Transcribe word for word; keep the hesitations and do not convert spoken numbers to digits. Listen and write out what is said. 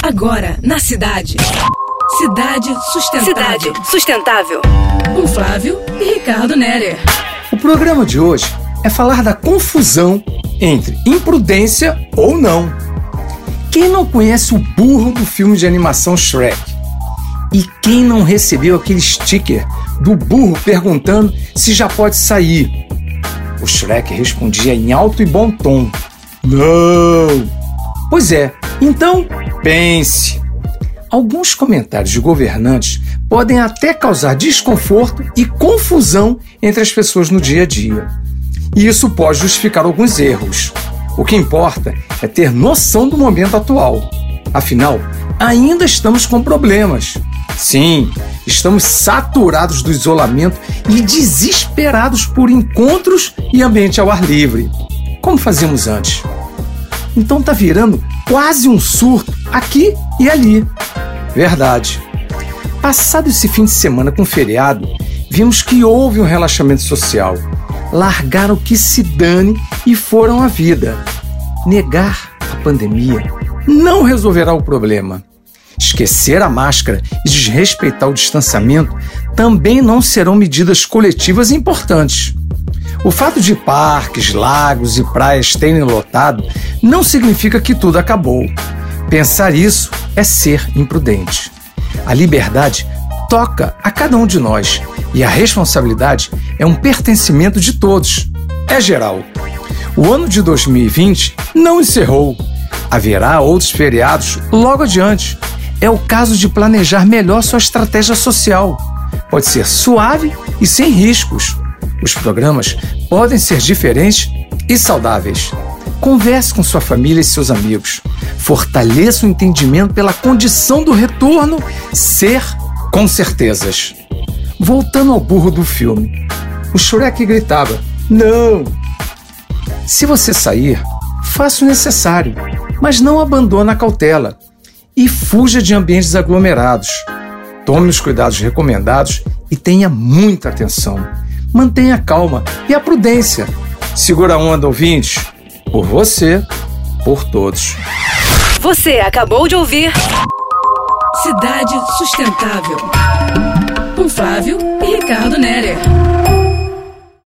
Agora, na cidade. Cidade Sustentável. Cidade Sustentável. Com Flávio e Ricardo Nerer. O programa de hoje é falar da confusão entre imprudência ou não. Quem não conhece o burro do filme de animação Shrek? E quem não recebeu aquele sticker do burro perguntando se já pode sair? O Shrek respondia em alto e bom tom: não! Pois é, então pense. Alguns comentários de governantes podem até causar desconforto e confusão entre as pessoas no dia a dia. E isso pode justificar alguns erros. O que importa é ter noção do momento atual. Afinal, ainda estamos com problemas. Sim, estamos saturados do isolamento e desesperados por encontros e ambiente ao ar livre, como fazíamos antes. Então tá virando quase um surto aqui e ali. Verdade. Passado esse fim de semana com feriado, vimos que houve um relaxamento social. Largaram o que se dane e foram à vida. Negar a pandemia não resolverá o problema. Esquecer a máscara e desrespeitar o distanciamento também não serão medidas coletivas importantes. O fato de parques, lagos e praias terem lotado não significa que tudo acabou. Pensar isso é ser imprudente. A liberdade toca a cada um de nós e a responsabilidade é um pertencimento de todos. É geral. O ano de dois mil e vinte não encerrou. Haverá outros feriados logo adiante. É o caso de planejar melhor sua estratégia social. Pode ser suave e sem riscos. Os programas podem ser diferentes e saudáveis. Converse com sua família e seus amigos. Fortaleça o entendimento pela condição do retorno ser com certezas. Voltando ao burro do filme, o Shrek gritava: não! Se você sair, faça o necessário, mas não abandone a cautela e fuja de ambientes aglomerados. Tome os cuidados recomendados e tenha muita atenção. Mantenha a calma e a prudência. Segura a onda, ouvintes. Por você, por todos. Você acabou de ouvir Cidade Sustentável. Com Flávio e Ricardo Nerer.